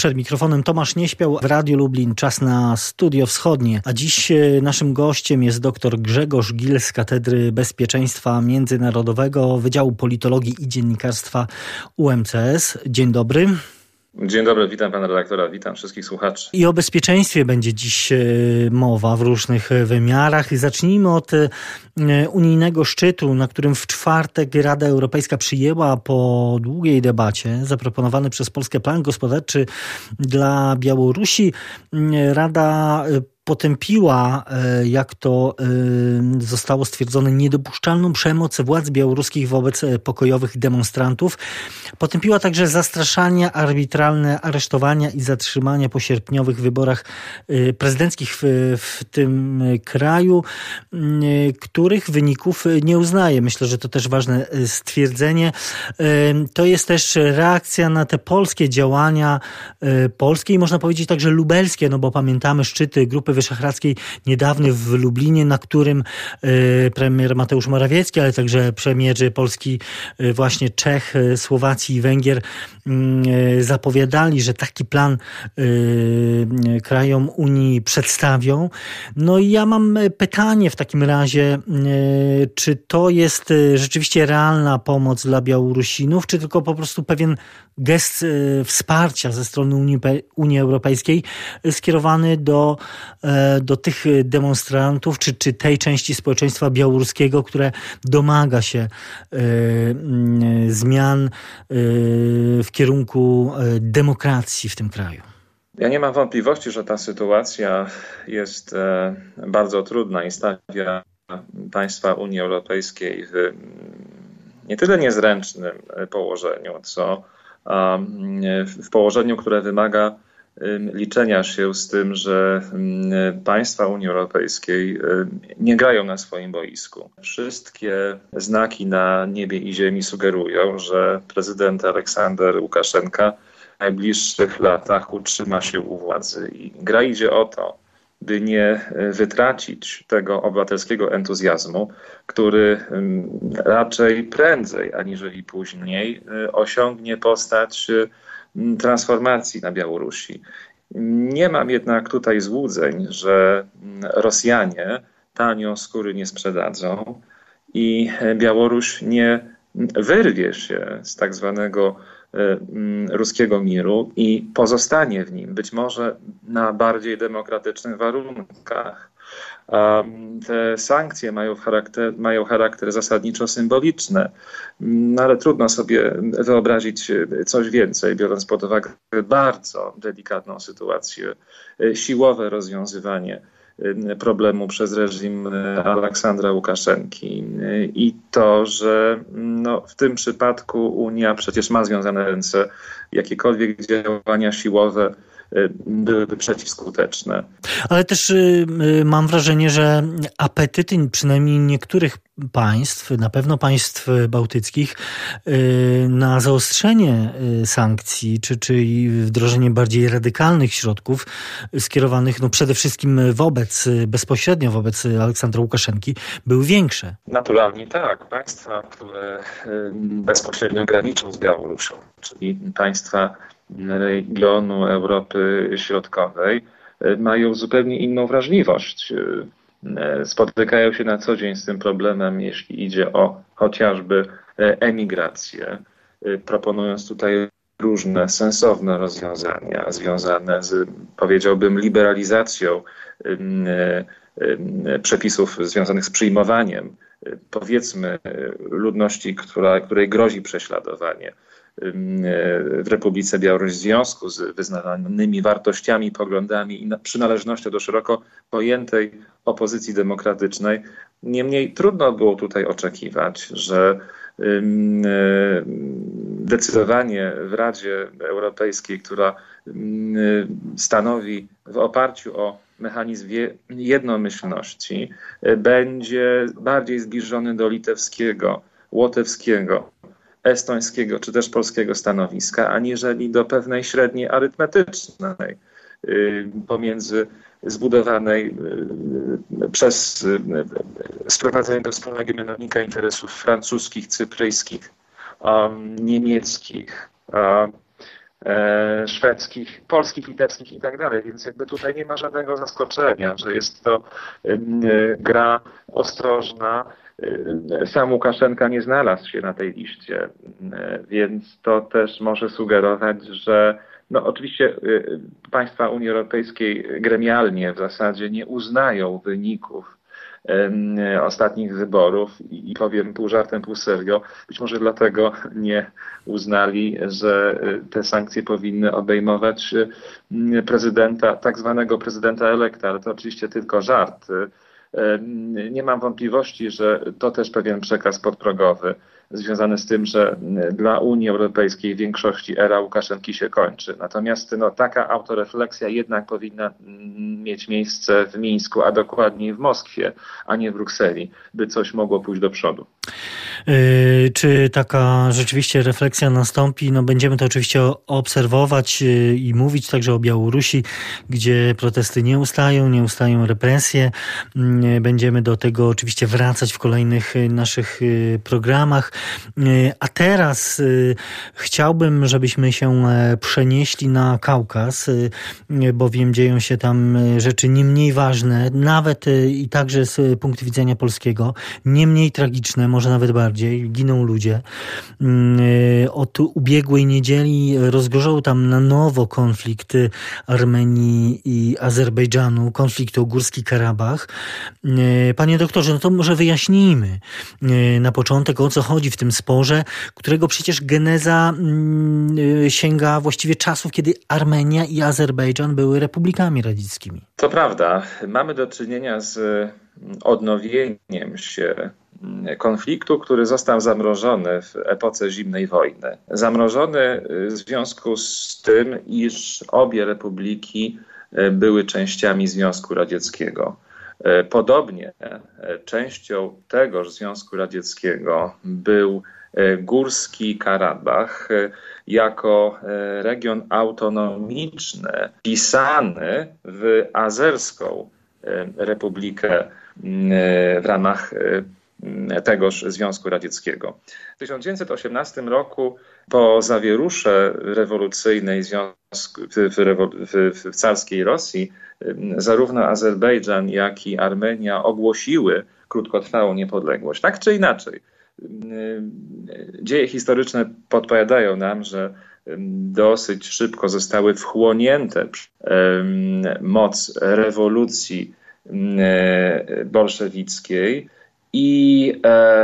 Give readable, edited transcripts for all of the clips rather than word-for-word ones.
Przed mikrofonem Tomasz Nieśpiał w Radiu Lublin. Czas na Studio Wschodnie. A dziś naszym gościem jest dr Grzegorz Gil z Katedry Bezpieczeństwa Międzynarodowego Wydziału Politologii i Dziennikarstwa UMCS. Dzień dobry. Dzień dobry, witam pana redaktora, witam wszystkich słuchaczy. I o bezpieczeństwie będzie dziś mowa w różnych wymiarach. Zacznijmy od unijnego szczytu, na którym w czwartek Rada Europejska przyjęła po długiej debacie zaproponowany przez Polskę plan gospodarczy dla Białorusi. Rada potępiła, jak to zostało stwierdzone, niedopuszczalną przemoc władz białoruskich wobec pokojowych demonstrantów. Potępiła także zastraszania, arbitralne aresztowania i zatrzymania po sierpniowych wyborach prezydenckich w tym kraju, których wyników nie uznaje. Myślę, że to też ważne stwierdzenie. To jest też reakcja na te polskie działania, polskie i można powiedzieć także lubelskie, no bo pamiętamy szczyty Grupy Wyszehradzkiej niedawny w Lublinie, na którym premier Mateusz Morawiecki, ale także premierzy Polski, właśnie Czech, Słowacji i Węgier zapowiadali, że taki plan krajom Unii przedstawią. No i ja mam pytanie w takim razie, czy to jest rzeczywiście realna pomoc dla Białorusinów, czy tylko po prostu pewien gest wsparcia ze strony Unii Europejskiej skierowany do tych demonstrantów, czy tej części społeczeństwa białoruskiego, które domaga się zmian w kierunku demokracji w tym kraju? Ja nie mam wątpliwości, że ta sytuacja jest bardzo trudna i stawia państwa Unii Europejskiej w nie tyle niezręcznym położeniu, co w położeniu, które wymaga liczenia się z tym, że państwa Unii Europejskiej nie grają na swoim boisku. Wszystkie znaki na niebie i ziemi sugerują, że prezydent Aleksander Łukaszenka w najbliższych latach utrzyma się u władzy. I gra idzie o to, by nie wytracić tego obywatelskiego entuzjazmu, który raczej prędzej aniżeli później osiągnie postać transformacji na Białorusi. Nie mam jednak tutaj złudzeń, że Rosjanie tanio skóry nie sprzedadzą i Białoruś nie wyrwie się z tak zwanego ruskiego miru i pozostanie w nim, być może na bardziej demokratycznych warunkach. Te sankcje mają charakter zasadniczo symboliczny, no ale trudno sobie wyobrazić coś więcej, biorąc pod uwagę bardzo delikatną sytuację, siłowe rozwiązywanie problemu przez reżim Aleksandra Łukaszenki i to, że w tym przypadku Unia przecież ma związane ręce, jakiekolwiek działania siłowe byłyby przeciwskuteczne. Ale też mam wrażenie, że apetyty przynajmniej niektórych państw, na pewno państw bałtyckich, na zaostrzenie sankcji, czy wdrożenie bardziej radykalnych środków skierowanych przede wszystkim bezpośrednio wobec Aleksandra Łukaszenki, były większe. Naturalnie tak. Państwa, które bezpośrednio graniczą z Białorusią, czyli państwa regionu Europy Środkowej, mają zupełnie inną wrażliwość. Spotykają się na co dzień z tym problemem, jeśli idzie o chociażby emigrację, proponując tutaj różne sensowne rozwiązania związane z, powiedziałbym, liberalizacją przepisów związanych z przyjmowaniem, powiedzmy, ludności, której grozi prześladowanie w Republice Białorusi w związku z wyznanymi wartościami, poglądami i przynależnością do szeroko pojętej opozycji demokratycznej. Niemniej trudno było tutaj oczekiwać, że decydowanie w Radzie Europejskiej, która stanowi w oparciu o mechanizm jednomyślności, będzie bardziej zbliżony do litewskiego, łotewskiego, estońskiego czy też polskiego stanowiska, aniżeli do pewnej średniej arytmetycznej pomiędzy zbudowanej przez sprowadzenie do wspólnego mianownika interesów francuskich, cypryjskich, niemieckich, szwedzkich, polskich, litewskich i tak dalej. Więc jakby tutaj nie ma żadnego zaskoczenia, że jest to gra ostrożna. Sam Łukaszenka nie znalazł się na tej liście, więc to też może sugerować, że no oczywiście państwa Unii Europejskiej gremialnie w zasadzie nie uznają wyników ostatnich wyborów i powiem pół żartem, pół serio, być może dlatego nie uznali, że te sankcje powinny obejmować prezydenta, tak zwanego prezydenta elekta, ale to oczywiście tylko żart. Nie mam wątpliwości, że to też pewien przekaz podprogowy związany z tym, że dla Unii Europejskiej w większości era Łukaszenki się kończy. Natomiast taka autorefleksja jednak powinna mieć miejsce w Mińsku, a dokładniej w Moskwie, a nie w Brukseli, by coś mogło pójść do przodu. Czy taka rzeczywiście refleksja nastąpi? Będziemy to oczywiście obserwować i mówić także o Białorusi, gdzie protesty nie ustają represje. Będziemy do tego oczywiście wracać w kolejnych naszych programach. A teraz chciałbym, żebyśmy się przenieśli na Kaukaz, bowiem dzieją się tam rzeczy nie mniej ważne, nawet i także z punktu widzenia polskiego, nie mniej tragiczne, może nawet bardziej. Giną ludzie. Od ubiegłej niedzieli rozgorzał tam na nowo konflikt Armenii i Azerbejdżanu, konflikt o Górski Karabach. Panie doktorze, to może wyjaśnijmy na początek, o co chodzi w tym sporze, którego przecież geneza sięga właściwie czasów, kiedy Armenia i Azerbejdżan były republikami radzieckimi. To prawda. Mamy do czynienia z odnowieniem się konfliktu, który został zamrożony w epoce zimnej wojny. Zamrożony w związku z tym, iż obie republiki były częściami Związku Radzieckiego. Podobnie częścią tegoż Związku Radzieckiego był Górski Karabach jako region autonomiczny wpisany w Azerską Republikę w ramach tegoż Związku Radzieckiego. W 1918 roku po zawierusze rewolucyjnej w carskiej Rosji zarówno Azerbejdżan, jak i Armenia ogłosiły krótkotrwałą niepodległość. Tak czy inaczej, dzieje historyczne podpowiadają nam, że dosyć szybko zostały wchłonięte moc rewolucji bolszewickiej i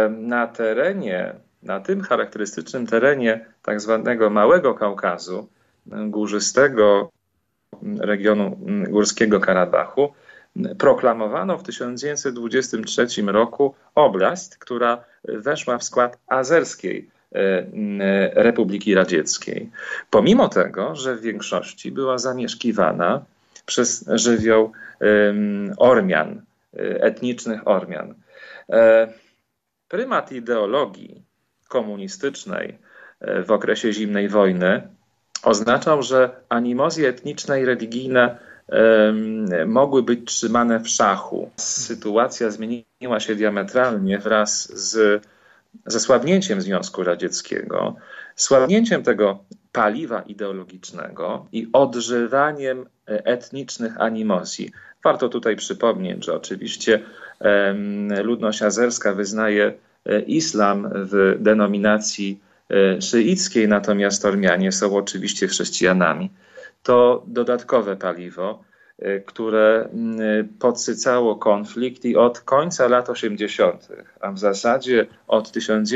na tym charakterystycznym terenie tak zwanego Małego Kaukazu, górzystego regionu Górskiego Karabachu, proklamowano w 1923 roku oblast, która weszła w skład Azerskiej Republiki Radzieckiej. Pomimo tego, że w większości była zamieszkiwana przez żywioł Ormian, etnicznych Ormian. Prymat ideologii komunistycznej w okresie zimnej wojny oznaczał, że animozje etniczne i religijne mogły być trzymane w szachu. Sytuacja zmieniła się diametralnie wraz ze słabnięciem Związku Radzieckiego, słabnięciem tego paliwa ideologicznego i odżywaniem etnicznych animozji. Warto tutaj przypomnieć, że oczywiście ludność azerska wyznaje islam w denominacji szyickiej, natomiast Ormianie są oczywiście chrześcijanami. To dodatkowe paliwo, które podsycało konflikt i od końca lat 80., a w zasadzie od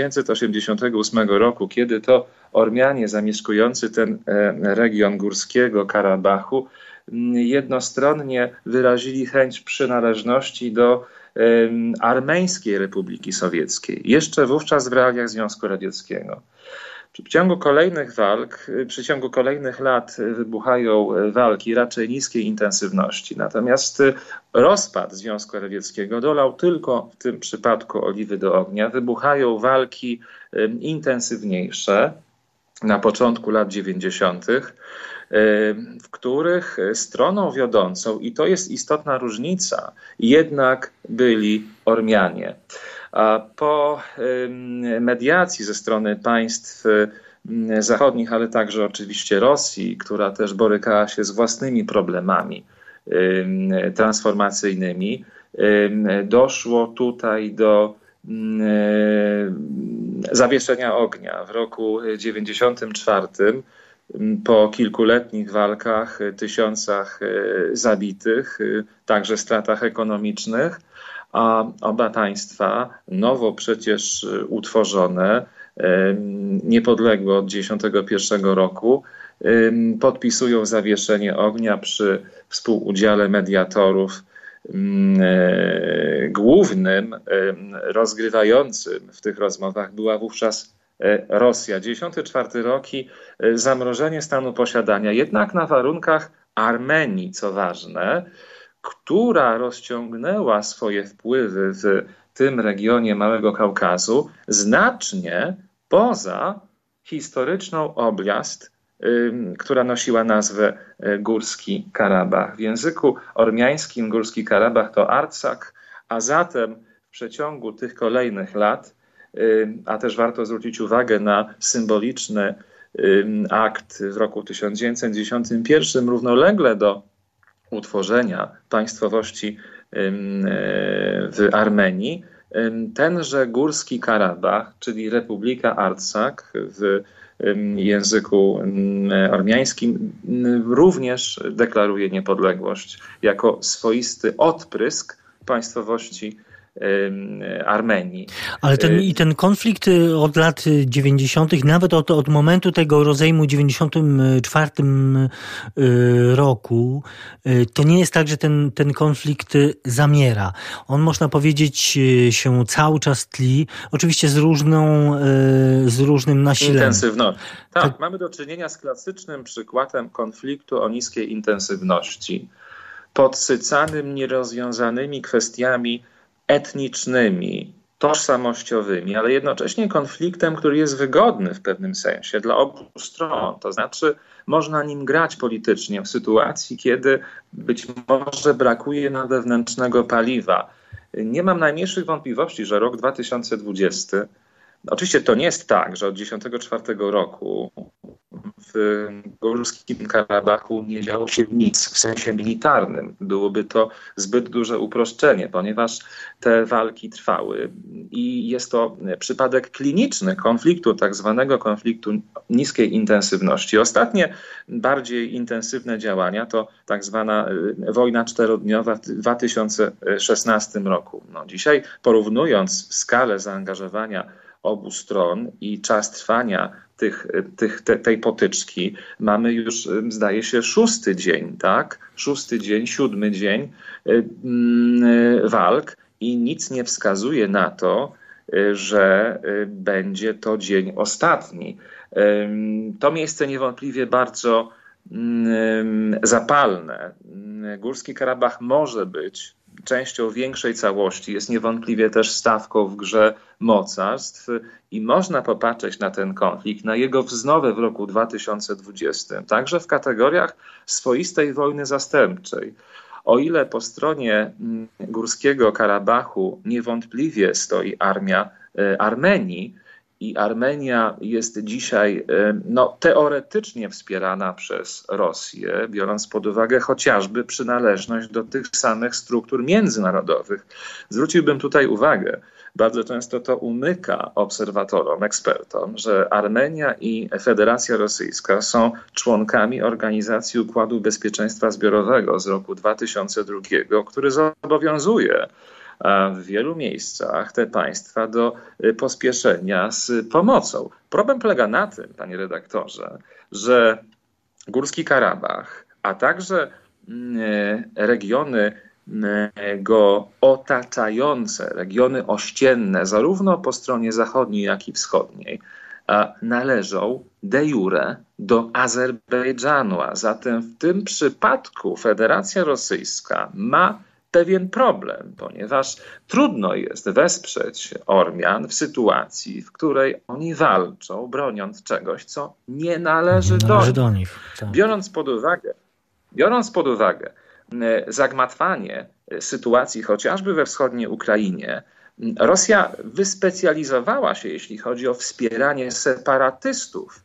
1988 roku, kiedy to Ormianie zamieszkujący ten region Górskiego Karabachu jednostronnie wyrazili chęć przynależności do Armeńskiej Republiki Sowieckiej, jeszcze wówczas w realiach Związku Radzieckiego. W ciągu kolejnych lat wybuchają walki raczej niskiej intensywności. Natomiast rozpad Związku Radzieckiego dolał tylko w tym przypadku oliwy do ognia. Wybuchają walki intensywniejsze na początku lat 90., w których stroną wiodącą, i to jest istotna różnica, jednak byli Ormianie. A po mediacji ze strony państw zachodnich, ale także oczywiście Rosji, która też borykała się z własnymi problemami transformacyjnymi, doszło tutaj do zawieszenia ognia w roku 1994 po kilkuletnich walkach, tysiącach zabitych, także stratach ekonomicznych, a oba państwa, nowo przecież utworzone, niepodległe od 1991 roku, podpisują zawieszenie ognia przy współudziale mediatorów. Głównym rozgrywającym w tych rozmowach była wówczas Rosja. 1994 rok i zamrożenie stanu posiadania, jednak na warunkach Armenii, co ważne, która rozciągnęła swoje wpływy w tym regionie Małego Kaukazu znacznie poza historyczną oblast, która nosiła nazwę Górski Karabach. W języku ormiańskim Górski Karabach to Artsakh, a zatem w przeciągu tych kolejnych lat, a też warto zwrócić uwagę na symboliczny akt w roku 1991, równolegle do utworzenia państwowości w Armenii, tenże Górski Karabach, czyli Republika Artsakh w języku ormiańskim, również deklaruje niepodległość jako swoisty odprysk państwowości Armenii. Ale ten konflikt od lat 90., nawet od momentu tego rozejmu w 94 roku, to nie jest tak, że ten konflikt zamiera. On, można powiedzieć, się cały czas tli, oczywiście z różnym nasileniem. Intensywnością. Tak, mamy do czynienia z klasycznym przykładem konfliktu o niskiej intensywności, podsycanym nierozwiązanymi kwestiami etnicznymi, tożsamościowymi, ale jednocześnie konfliktem, który jest wygodny w pewnym sensie dla obu stron. To znaczy można nim grać politycznie w sytuacji, kiedy być może brakuje nam wewnętrznego paliwa. Nie mam najmniejszych wątpliwości, że rok 2020, oczywiście to nie jest tak, że od 1994 roku w Górskim Karabachu nie działo się nic w sensie militarnym. Byłoby to zbyt duże uproszczenie, ponieważ te walki trwały i jest to przypadek kliniczny konfliktu, tak zwanego konfliktu niskiej intensywności. Ostatnie, bardziej intensywne działania to tak zwana wojna czterodniowa w 2016 roku. Dzisiaj, porównując skalę zaangażowania obu stron i czas trwania tej potyczki, mamy już, zdaje się, 6. dzień, tak? 6. dzień, 7. dzień walk i nic nie wskazuje na to, że będzie to dzień ostatni. To miejsce niewątpliwie bardzo zapalne. Górski Karabach może być częścią większej całości, jest niewątpliwie też stawką w grze mocarstw i można popatrzeć na ten konflikt, na jego wznowę w roku 2020, także w kategoriach swoistej wojny zastępczej. O ile po stronie Górskiego Karabachu niewątpliwie stoi armia Armenii, i Armenia jest dzisiaj teoretycznie wspierana przez Rosję, biorąc pod uwagę chociażby przynależność do tych samych struktur międzynarodowych. Zwróciłbym tutaj uwagę, bardzo często to umyka obserwatorom, ekspertom, że Armenia i Federacja Rosyjska są członkami Organizacji Układu Bezpieczeństwa Zbiorowego z roku 2002, który zobowiązuje w wielu miejscach te państwa do pospieszenia z pomocą. Problem polega na tym, panie redaktorze, że Górski Karabach, a także regiony go otaczające, regiony ościenne, zarówno po stronie zachodniej, jak i wschodniej, należą de jure do Azerbejdżanu. A zatem w tym przypadku Federacja Rosyjska ma pewien problem, ponieważ trudno jest wesprzeć Ormian w sytuacji, w której oni walczą, broniąc czegoś, co nie należy do nich. Tak. Biorąc pod uwagę zagmatwanie sytuacji chociażby we wschodniej Ukrainie, Rosja wyspecjalizowała się, jeśli chodzi o wspieranie separatystów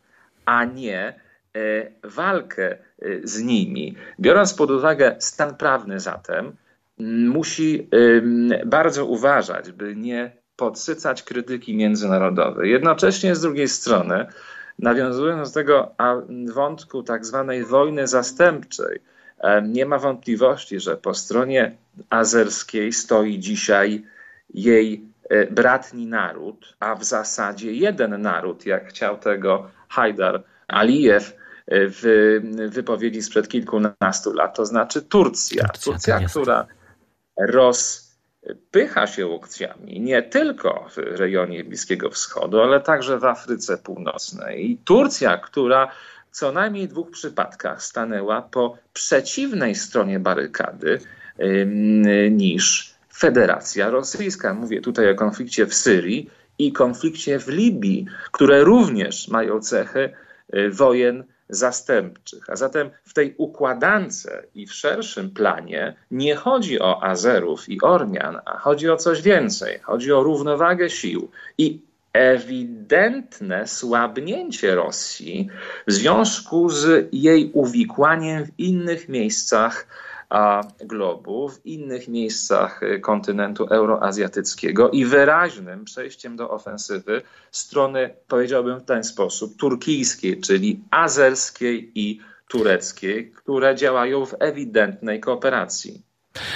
a nie walkę z nimi. Biorąc pod uwagę stan prawny zatem, musi bardzo uważać, by nie podsycać krytyki międzynarodowej. Jednocześnie z drugiej strony, nawiązując do tego wątku tak zwanej wojny zastępczej, nie ma wątpliwości, że po stronie azerskiej stoi dzisiaj jej bratni naród, a w zasadzie jeden naród, jak chciał tego Hajdar Alijew w wypowiedzi sprzed kilkunastu lat, to znaczy Turcja, która rozpycha się aukcjami nie tylko w rejonie Bliskiego Wschodu, ale także w Afryce Północnej. I Turcja, która w co najmniej 2 przypadkach stanęła po przeciwnej stronie barykady niż Federacja Rosyjska. Mówię tutaj o konflikcie w Syrii i konflikcie w Libii, które również mają cechy wojen zastępczych. A zatem w tej układance i w szerszym planie nie chodzi o Azerów i Ormian, a chodzi o coś więcej. Chodzi o równowagę sił i ewidentne słabnięcie Rosji w związku z jej uwikłaniem w innych miejscach globu, w innych miejscach kontynentu euroazjatyckiego i wyraźnym przejściem do ofensywy strony, powiedziałbym w ten sposób, turkijskiej, czyli azerskiej i tureckiej, które działają w ewidentnej kooperacji.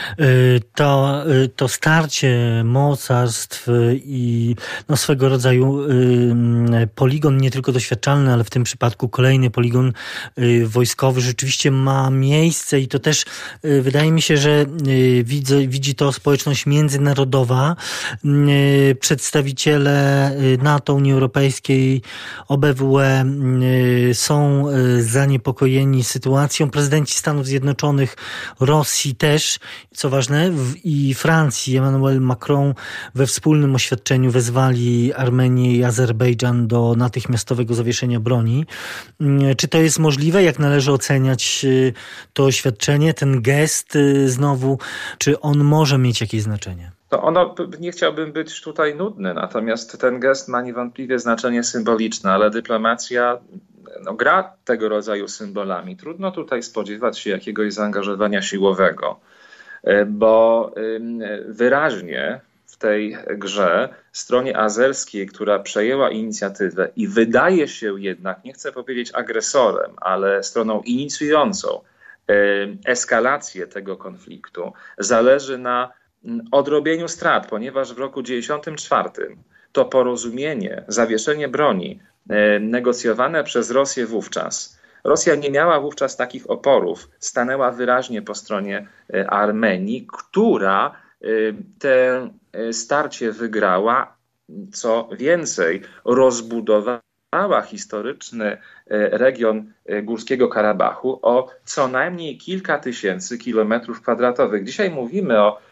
To starcie mocarstw i swego rodzaju poligon nie tylko doświadczalny, ale w tym przypadku kolejny poligon wojskowy rzeczywiście ma miejsce i to też wydaje mi się, że widzi to społeczność międzynarodowa. Przedstawiciele NATO, Unii Europejskiej, OBWE są zaniepokojeni sytuacją. Prezydenci Stanów Zjednoczonych, Rosji też. Co ważne, i Francji, Emmanuel Macron we wspólnym oświadczeniu wezwali Armenię i Azerbejdżan do natychmiastowego zawieszenia broni. Czy to jest możliwe? Jak należy oceniać to oświadczenie, ten gest znowu? Czy on może mieć jakieś znaczenie? Nie chciałbym być tutaj nudny, natomiast ten gest ma niewątpliwie znaczenie symboliczne, ale dyplomacja gra tego rodzaju symbolami. Trudno tutaj spodziewać się jakiegoś zaangażowania siłowego, bo wyraźnie w tej grze stronie azerskiej, która przejęła inicjatywę i wydaje się jednak, nie chcę powiedzieć agresorem, ale stroną inicjującą eskalację tego konfliktu, zależy na odrobieniu strat, ponieważ w roku 1994 to porozumienie, zawieszenie broni negocjowane przez Rosję wówczas, Rosja nie miała wówczas takich oporów, stanęła wyraźnie po stronie Armenii, która te starcie wygrała, co więcej, rozbudowała historyczny region Górskiego Karabachu o co najmniej kilka tysięcy kilometrów kwadratowych. Dzisiaj mówimy o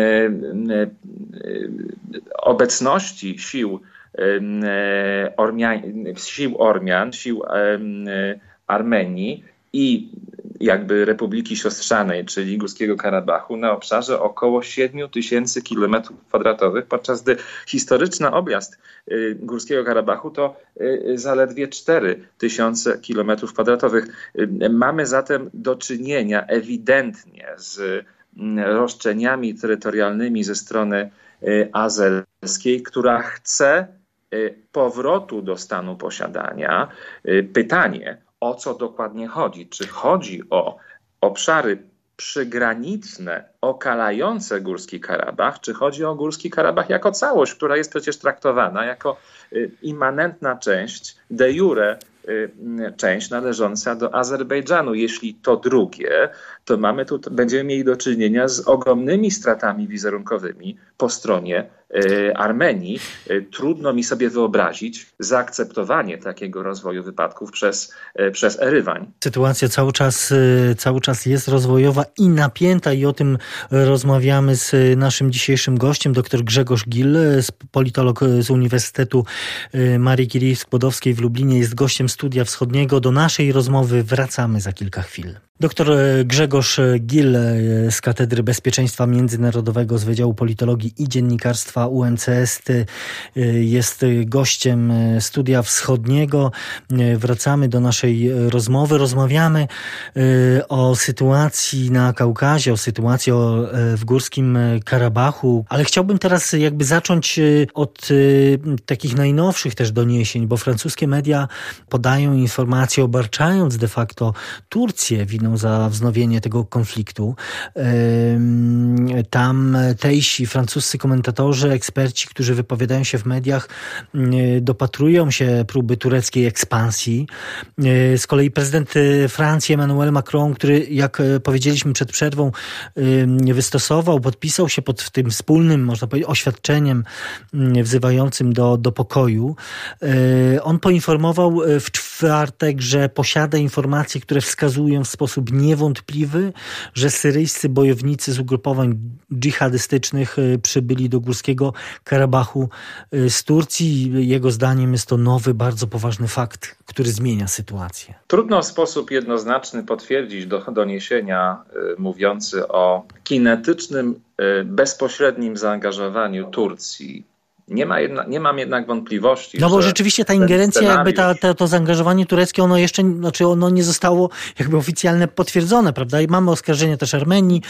obecności sił Ormian, sił Armenii i jakby Republiki Siostrzanej, czyli Górskiego Karabachu, na obszarze około 7 tysięcy kilometrów kwadratowych, podczas gdy historyczny objazd Górskiego Karabachu to zaledwie 4 tysiące kilometrów kwadratowych. Mamy zatem do czynienia ewidentnie z roszczeniami terytorialnymi ze strony azerskiej, która chce powrotu do stanu posiadania. Pytanie, o co dokładnie chodzi? Czy chodzi o obszary przygraniczne, okalające Górski Karabach, czy chodzi o Górski Karabach jako całość, która jest przecież traktowana jako immanentna część, de jure część należąca do Azerbejdżanu. Jeśli to drugie, to będziemy mieli do czynienia z ogromnymi stratami wizerunkowymi po stronie Armenii. Trudno mi sobie wyobrazić zaakceptowanie takiego rozwoju wypadków przez Erywań. Sytuacja cały czas jest rozwojowa i napięta i o tym rozmawiamy z naszym dzisiejszym gościem, dr Grzegorz Gill, politolog z Uniwersytetu Marii Curie-Skłodowskiej w Lublinie, jest gościem Studia Wschodniego. Do naszej rozmowy wracamy za kilka chwil. Doktor Grzegorz Gill z Katedry Bezpieczeństwa Międzynarodowego z Wydziału Politologii i Dziennikarstwa UMCS jest gościem Studia Wschodniego. Wracamy do naszej rozmowy. Rozmawiamy o sytuacji na Kaukazie, o sytuacji w Górskim Karabachu, ale chciałbym teraz jakby zacząć od takich najnowszych też doniesień, bo francuskie media podają informacje, obarczając de facto Turcję winą za wznowienie tego konfliktu. Tam tejsi francuscy komentatorzy, eksperci, którzy wypowiadają się w mediach, dopatrują się próby tureckiej ekspansji. Z kolei prezydent Francji Emmanuel Macron, który, jak powiedzieliśmy przed przerwą, podpisał się pod tym wspólnym, można powiedzieć, oświadczeniem wzywającym do pokoju. On poinformował w czwartek, że posiada informacje, które wskazują w sposób niewątpliwy, że syryjscy bojownicy z ugrupowań dżihadystycznych przybyli do Górskiego Karabachu z Turcji. Jego zdaniem jest to nowy, bardzo poważny fakt, który zmienia sytuację. Trudno w sposób jednoznaczny potwierdzić doniesienia mówiące o kinetycznym, bezpośrednim zaangażowaniu Turcji. Nie mam jednak wątpliwości. No bo rzeczywiście ta ingerencja, jakby to zaangażowanie tureckie, ono nie zostało jakby oficjalnie potwierdzone, prawda? I mamy oskarżenia też Armenii,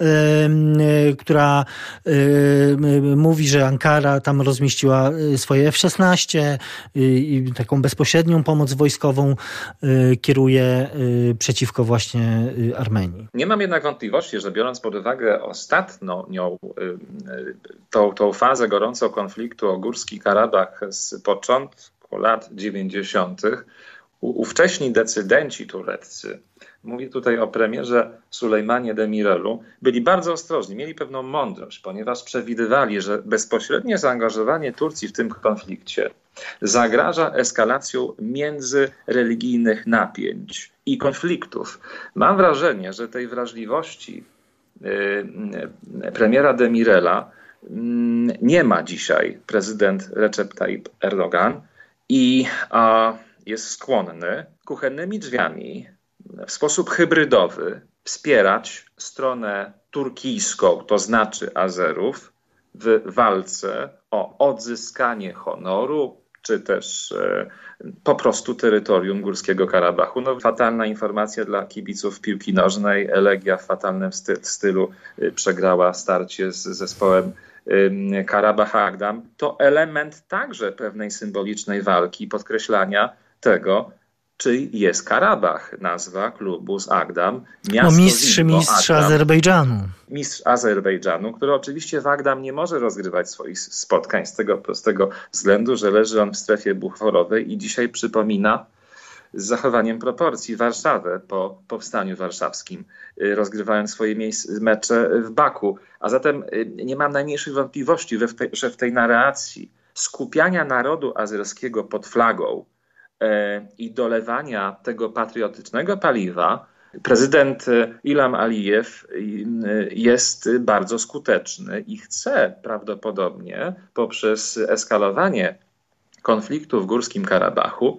która mówi, że Ankara tam rozmieściła swoje F-16 i taką bezpośrednią pomoc wojskową kieruje przeciwko właśnie Armenii. Nie mam jednak wątpliwości, że biorąc pod uwagę ostatnią tą fazę gorącą konfliktu o Górski Karabach z początku lat 90. ówcześni decydenci tureccy, mówię tutaj o premierze Sulejmanie Demirelu, byli bardzo ostrożni, mieli pewną mądrość, ponieważ przewidywali, że bezpośrednie zaangażowanie Turcji w tym konflikcie zagraża eskalacją międzyreligijnych napięć i konfliktów. Mam wrażenie, że tej wrażliwości premiera Demirela nie ma dzisiaj prezydent Recep Tayyip Erdogan i jest skłonny kuchennymi drzwiami w sposób hybrydowy wspierać stronę turkijską, to znaczy Azerów, w walce o odzyskanie honoru, czy też po prostu terytorium Górskiego Karabachu. No, fatalna informacja dla kibiców piłki nożnej. Legia w fatalnym stylu przegrała starcie z zespołem Karabach Agdam. To element także pewnej symbolicznej walki, podkreślania tego, czy jest Karabach, nazwa klubu z Agdam. Mistrz Azerbejdżanu. Mistrz Azerbejdżanu, który oczywiście w Agdam nie może rozgrywać swoich spotkań z tego prostego względu, że leży on w strefie buforowej i dzisiaj przypomina z zachowaniem proporcji Warszawę po powstaniu warszawskim, rozgrywając swoje mecze w Baku. A zatem nie mam najmniejszych wątpliwości, że w tej narracji skupiania narodu azerskiego pod flagą i dolewania tego patriotycznego paliwa prezydent Ilham Alijew jest bardzo skuteczny i chce prawdopodobnie poprzez eskalowanie konfliktu w Górskim Karabachu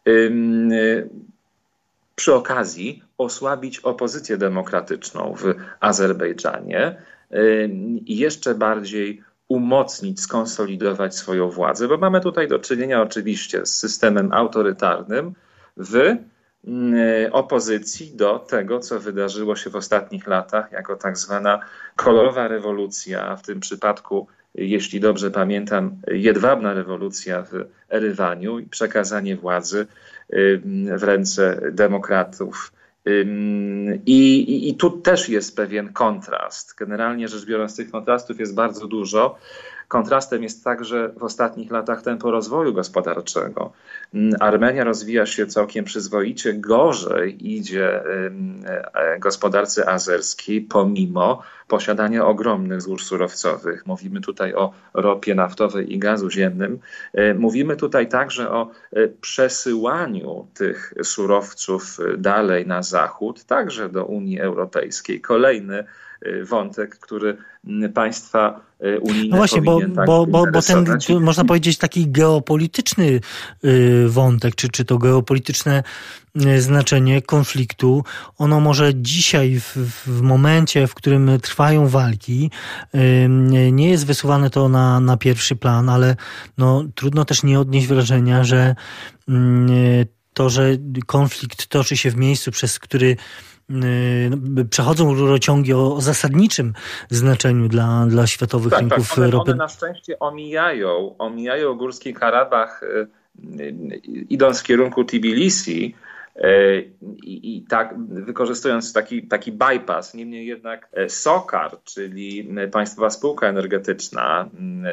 przy okazji osłabić opozycję demokratyczną w Azerbejdżanie i jeszcze bardziej umocnić, skonsolidować swoją władzę, bo mamy tutaj do czynienia oczywiście z systemem autorytarnym w opozycji do tego, co wydarzyło się w ostatnich latach jako tak zwana kolorowa rewolucja, a w tym przypadku, jeśli dobrze pamiętam, jedwabna rewolucja w Erywaniu i przekazanie władzy w ręce demokratów. I tu też jest pewien kontrast. Generalnie rzecz biorąc, tych kontrastów jest bardzo dużo. Kontrastem jest także w ostatnich latach tempo rozwoju gospodarczego. Armenia rozwija się całkiem przyzwoicie, gorzej idzie gospodarce azerskiej pomimo posiadania ogromnych złóż surowcowych. Mówimy tutaj o ropie naftowej i gazu ziemnym. Mówimy tutaj także o przesyłaniu tych surowców dalej na zachód, także do Unii Europejskiej. Kolejny wątek, który państwa unijne no właśnie, powinien bo ten, można powiedzieć, taki geopolityczny wątek, czy to geopolityczne znaczenie konfliktu, ono może dzisiaj w momencie, w którym trwają walki, nie jest wysuwane to na pierwszy plan, ale no, trudno też nie odnieść wrażenia, że to, że konflikt toczy się w miejscu, przez który przechodzą rurociągi o zasadniczym znaczeniu dla światowych rynków ropy. One na szczęście omijają Górski Karabach, idąc w kierunku Tbilisi i tak wykorzystując taki bypass. Niemniej jednak SOCAR, czyli państwowa spółka energetyczna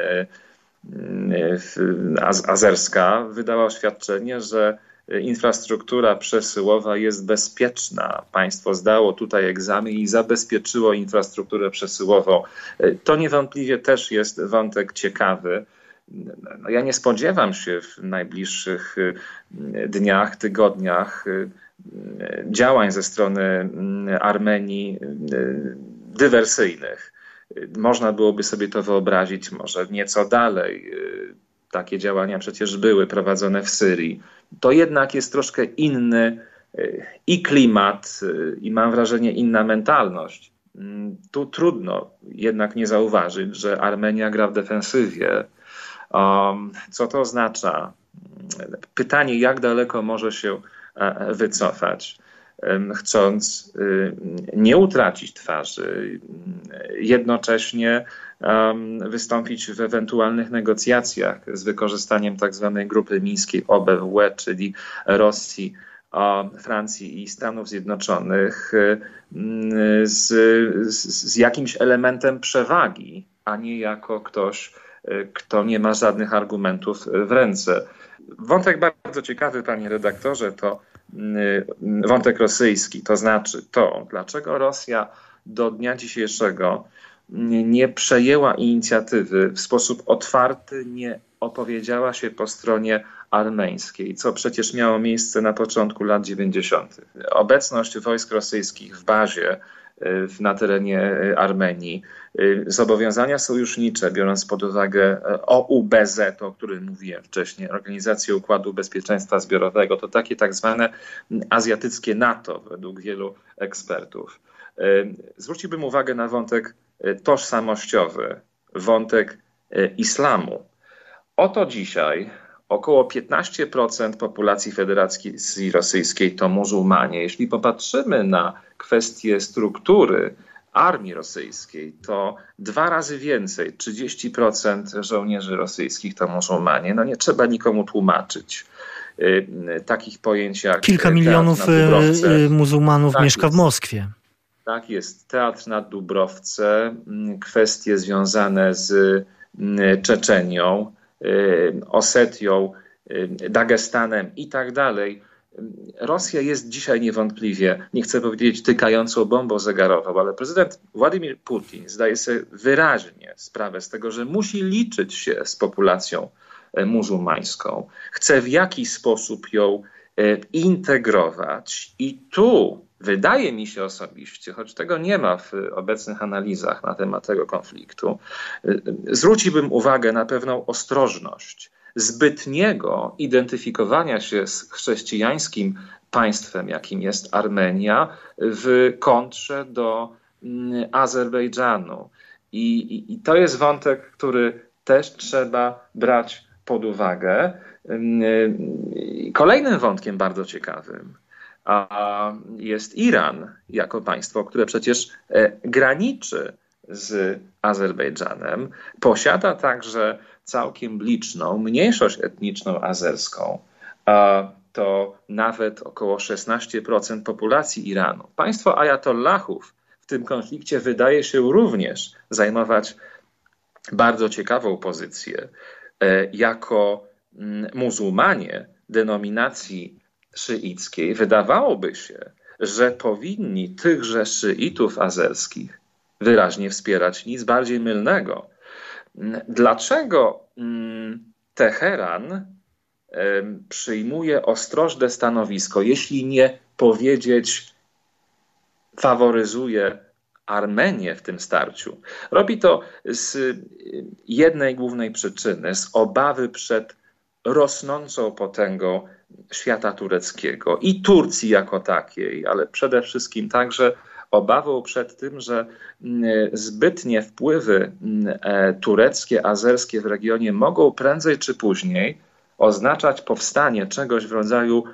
azerska, wydała oświadczenie, że infrastruktura przesyłowa jest bezpieczna. Państwo zdało tutaj egzamin i zabezpieczyło infrastrukturę przesyłową. To niewątpliwie też jest wątek ciekawy. No, ja nie spodziewam się w najbliższych dniach, tygodniach działań ze strony Armenii dywersyjnych. Można byłoby sobie to wyobrazić może nieco dalej. Takie działania przecież były prowadzone w Syrii. To jednak jest troszkę inny i klimat, i mam wrażenie inna mentalność. Tu trudno jednak nie zauważyć, że Armenia gra w defensywie. Co to oznacza? Pytanie, jak daleko może się wycofać, chcąc nie utracić twarzy, jednocześnie wystąpić w ewentualnych negocjacjach z wykorzystaniem tak zwanej grupy mińskiej OBWE, czyli Rosji, Francji i Stanów Zjednoczonych z jakimś elementem przewagi, a nie jako ktoś, kto nie ma żadnych argumentów w ręce. Wątek bardzo ciekawy, panie redaktorze, to wątek rosyjski, to znaczy to, dlaczego Rosja do dnia dzisiejszego nie przejęła inicjatywy w sposób otwarty, nie opowiedziała się po stronie armeńskiej, co przecież miało miejsce na początku lat 90. Obecność wojsk rosyjskich w bazie na terenie Armenii, zobowiązania sojusznicze, biorąc pod uwagę OUBZ, o którym mówiłem wcześniej, Organizację Układu Bezpieczeństwa Zbiorowego, to takie tak zwane azjatyckie NATO według wielu ekspertów. Zwróciłbym uwagę na wątek tożsamościowy, wątek islamu. Oto dzisiaj około 15% populacji Federacji Rosyjskiej to muzułmanie. Jeśli popatrzymy na kwestię struktury armii rosyjskiej, to 2 razy więcej, 30% żołnierzy rosyjskich to muzułmanie. No nie trzeba nikomu tłumaczyć takich pojęć jak kilka milionów muzułmanów mieszka w Moskwie. Tak jest. Teatr na Dubrowce, kwestie związane z Czeczenią, Osetią, Dagestanem i tak dalej. Rosja jest dzisiaj niewątpliwie, nie chcę powiedzieć tykającą bombą zegarową, ale prezydent Władimir Putin zdaje sobie wyraźnie sprawę z tego, że musi liczyć się z populacją muzułmańską. Chce w jakiś sposób ją integrować i tu wydaje mi się osobiście, choć tego nie ma w obecnych analizach na temat tego konfliktu, zwróciłbym uwagę na pewną ostrożność zbytniego identyfikowania się z chrześcijańskim państwem, jakim jest Armenia, w kontrze do Azerbejdżanu. I to jest wątek, który też trzeba brać pod uwagę. Kolejnym wątkiem bardzo ciekawym jest Iran jako państwo, które przecież graniczy z Azerbejdżanem. Posiada także całkiem liczną mniejszość etniczną azerską. To nawet około 16% populacji Iranu. Państwo ajatollahów w tym konflikcie wydaje się również zajmować bardzo ciekawą pozycję. Jako muzułmanie denominacji szyickiej wydawałoby się, że powinni tychże szyitów azerskich wyraźnie wspierać. Nic bardziej mylnego. Dlaczego Teheran przyjmuje ostrożne stanowisko, jeśli nie powiedzieć faworyzuje Armenię w tym starciu. Robi to z jednej głównej przyczyny, z obawy przed rosnącą potęgą świata tureckiego i Turcji jako takiej, ale przede wszystkim także obawą przed tym, że zbytnie wpływy tureckie, azerskie w regionie mogą prędzej czy później oznaczać powstanie czegoś w rodzaju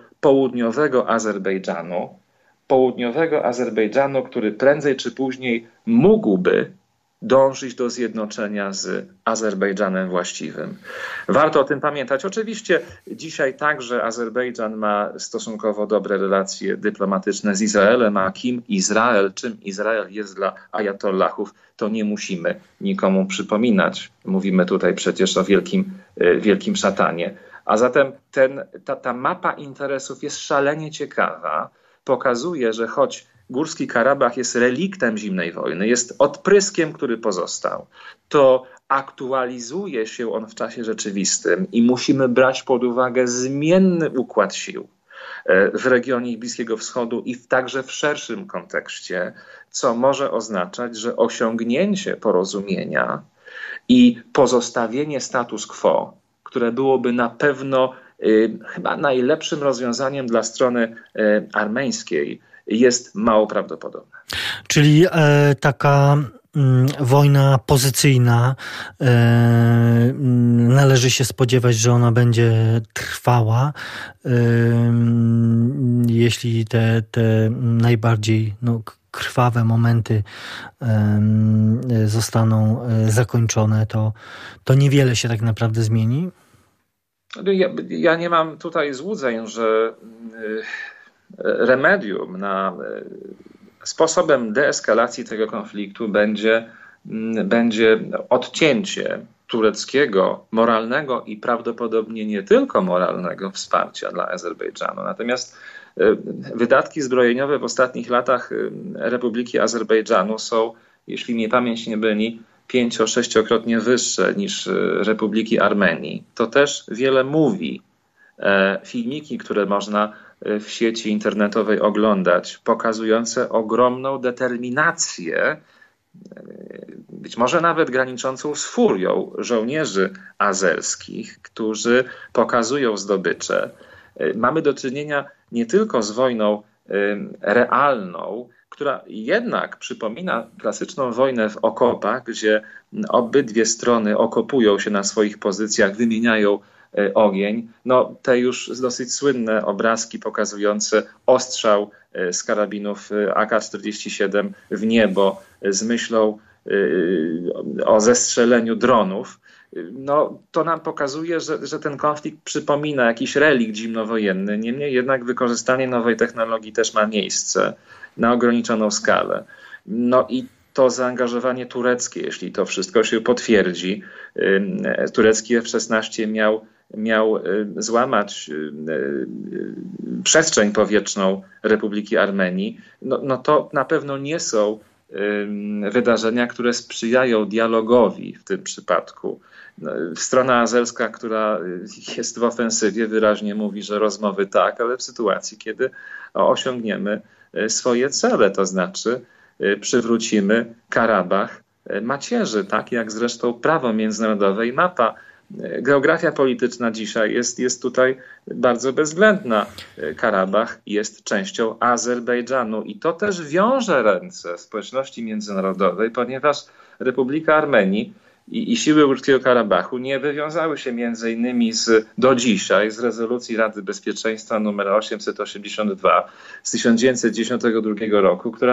południowego Azerbejdżanu, który prędzej czy później mógłby dążyć do zjednoczenia z Azerbejdżanem właściwym. Warto o tym pamiętać. Oczywiście dzisiaj także Azerbejdżan ma stosunkowo dobre relacje dyplomatyczne z Izraelem, a czym Izrael jest dla ajatollahów, to nie musimy nikomu przypominać. Mówimy tutaj przecież o wielkim szatanie. A zatem ta mapa interesów jest szalenie ciekawa. Pokazuje, że choć Górski Karabach jest reliktem zimnej wojny, jest odpryskiem, który pozostał, to aktualizuje się on w czasie rzeczywistym i musimy brać pod uwagę zmienny układ sił w regionie Bliskiego Wschodu i także w szerszym kontekście, co może oznaczać, że osiągnięcie porozumienia i pozostawienie status quo, które byłoby na pewno chyba najlepszym rozwiązaniem dla strony armeńskiej, jest mało prawdopodobne. Czyli taka wojna pozycyjna, należy się spodziewać, że ona będzie trwała, jeśli te najbardziej krwawe momenty zostaną zakończone, to niewiele się tak naprawdę zmieni? Ja nie mam tutaj złudzeń, że remedium sposobem deeskalacji tego konfliktu będzie odcięcie tureckiego, moralnego i prawdopodobnie nie tylko moralnego wsparcia dla Azerbejdżanu. Natomiast wydatki zbrojeniowe w ostatnich latach Republiki Azerbejdżanu są, jeśli mnie pamięć nie myli, 5-6-krotnie wyższe niż Republiki Armenii. To też wiele mówi. Filmiki, które można w sieci internetowej oglądać, pokazujące ogromną determinację, być może nawet graniczącą z furią żołnierzy azerskich, którzy pokazują zdobycze. Mamy do czynienia nie tylko z wojną realną, która jednak przypomina klasyczną wojnę w okopach, gdzie obydwie strony okopują się na swoich pozycjach, wymieniają ogień. Te już dosyć słynne obrazki pokazujące ostrzał z karabinów AK-47 w niebo z myślą o zestrzeleniu dronów. To nam pokazuje, że ten konflikt przypomina jakiś relikt zimnowojenny. Niemniej jednak wykorzystanie nowej technologii też ma miejsce na ograniczoną skalę. I to zaangażowanie tureckie, jeśli to wszystko się potwierdzi, turecki F-16 miał złamać przestrzeń powietrzną Republiki Armenii, to na pewno nie są wydarzenia, które sprzyjają dialogowi w tym przypadku. Strona azerska, która jest w ofensywie, wyraźnie mówi, że rozmowy tak, ale w sytuacji, kiedy osiągniemy swoje cele, to znaczy przywrócimy Karabach macierzy, tak jak zresztą prawo międzynarodowe i mapa. Geografia polityczna dzisiaj jest tutaj bardzo bezwzględna. Karabach jest częścią Azerbejdżanu i to też wiąże ręce społeczności międzynarodowej, ponieważ Republika Armenii i siły Górskiego Karabachu nie wywiązały się między innymi do dzisiaj z rezolucji Rady Bezpieczeństwa nr 882 z 1992 roku, która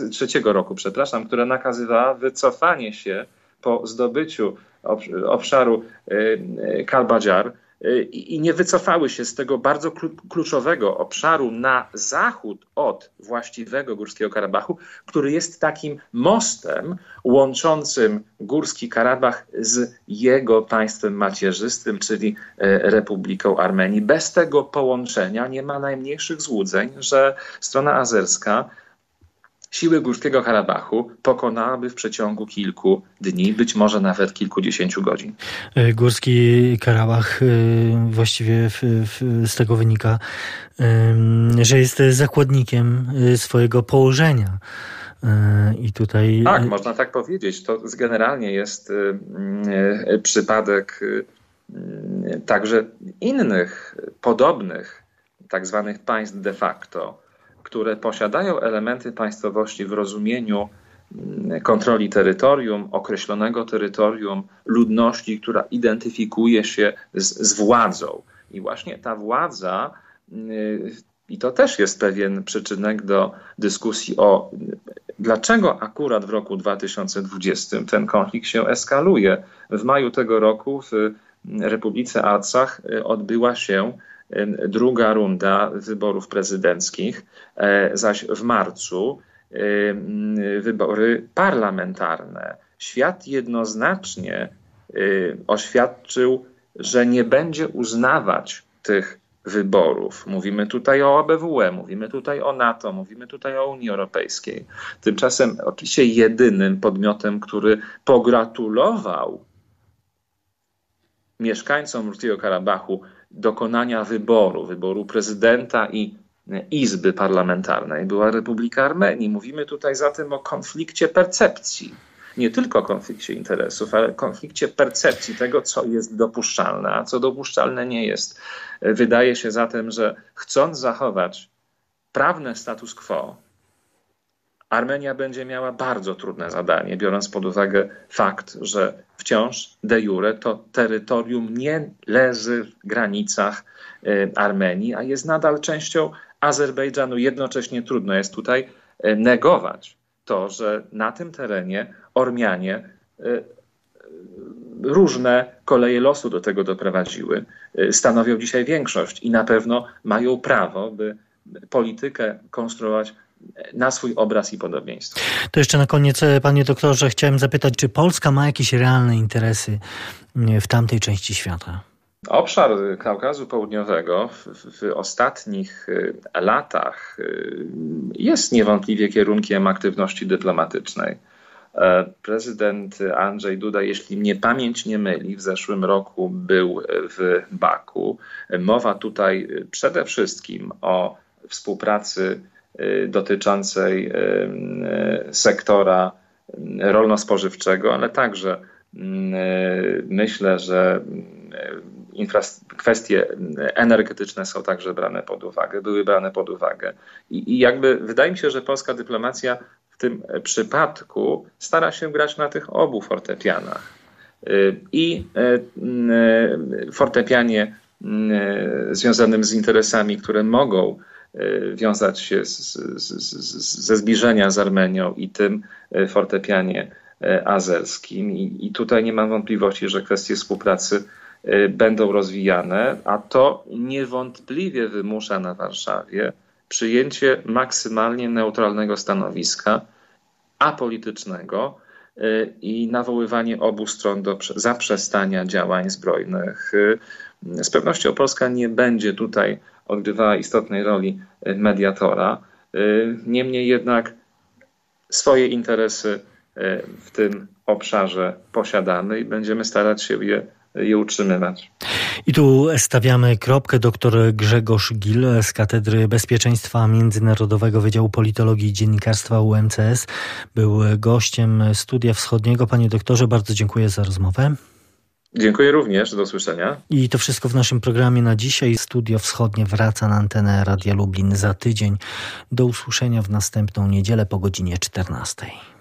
nakazywała wycofanie się po zdobyciu obszaru Kalbadżar i nie wycofały się z tego bardzo kluczowego obszaru na zachód od właściwego Górskiego Karabachu, który jest takim mostem łączącym Górski Karabach z jego państwem macierzystym, czyli Republiką Armenii. Bez tego połączenia nie ma najmniejszych złudzeń, że strona azerska siły Górskiego Karabachu pokonałaby w przeciągu kilku dni, być może nawet kilkudziesięciu godzin. Górski Karabach właściwie z tego wynika, że jest zakładnikiem swojego położenia I tutaj... Tak, można tak powiedzieć. To generalnie jest przypadek także innych, podobnych tak zwanych państw de facto, które posiadają elementy państwowości w rozumieniu kontroli terytorium, określonego terytorium, ludności, która identyfikuje się z władzą. I właśnie ta władza, i to też jest pewien przyczynek do dyskusji o dlaczego akurat w roku 2020 ten konflikt się eskaluje. W maju tego roku w Republice Artsach odbyła się druga runda wyborów prezydenckich, zaś w marcu wybory parlamentarne. Świat jednoznacznie oświadczył, że nie będzie uznawać tych wyborów. Mówimy tutaj o OBWE, mówimy tutaj o NATO, mówimy tutaj o Unii Europejskiej. Tymczasem oczywiście jedynym podmiotem, który pogratulował mieszkańcom Górskiego Karabachu dokonania wyboru prezydenta i Izby Parlamentarnej była Republika Armenii. Mówimy tutaj zatem o konflikcie percepcji. Nie tylko konflikcie interesów, ale konflikcie percepcji tego, co jest dopuszczalne, a co dopuszczalne nie jest. Wydaje się zatem, że chcąc zachować prawne status quo, Armenia będzie miała bardzo trudne zadanie, biorąc pod uwagę fakt, że wciąż de jure to terytorium nie leży w granicach Armenii, a jest nadal częścią Azerbejdżanu. Jednocześnie trudno jest tutaj negować to, że na tym terenie Ormianie różne koleje losu do tego doprowadziły, stanowią dzisiaj większość i na pewno mają prawo, by politykę konstruować na swój obraz i podobieństwo. To jeszcze na koniec, panie doktorze, chciałem zapytać, czy Polska ma jakieś realne interesy w tamtej części świata? Obszar Kaukazu Południowego w ostatnich latach jest niewątpliwie kierunkiem aktywności dyplomatycznej. Prezydent Andrzej Duda, jeśli mnie pamięć nie myli, w zeszłym roku był w Baku. Mowa tutaj przede wszystkim o współpracy dotyczącej sektora rolno-spożywczego, ale także myślę, że kwestie energetyczne są także brane pod uwagę, były brane pod uwagę. I jakby wydaje mi się, że polska dyplomacja w tym przypadku stara się grać na tych obu fortepianach. I fortepianie związanym z interesami, które mogą wiązać się ze zbliżenia z Armenią i tym fortepianie azerskim. I tutaj nie mam wątpliwości, że kwestie współpracy będą rozwijane, a to niewątpliwie wymusza na Warszawie przyjęcie maksymalnie neutralnego stanowiska, apolitycznego i nawoływanie obu stron do zaprzestania działań zbrojnych. Z pewnością Polska nie będzie tutaj odgrywała istotnej roli mediatora. Niemniej jednak swoje interesy w tym obszarze posiadamy i będziemy starać się je utrzymywać. I tu stawiamy kropkę. Dr Grzegorz Gil z Katedry Bezpieczeństwa Międzynarodowego Wydziału Politologii i Dziennikarstwa UMCS był gościem Studia Wschodniego. Panie doktorze, bardzo dziękuję za rozmowę. Dziękuję również, do usłyszenia. I to wszystko w naszym programie na dzisiaj. Studio Wschodnie wraca na antenę Radia Lublin za tydzień. Do usłyszenia w następną niedzielę po godzinie 14.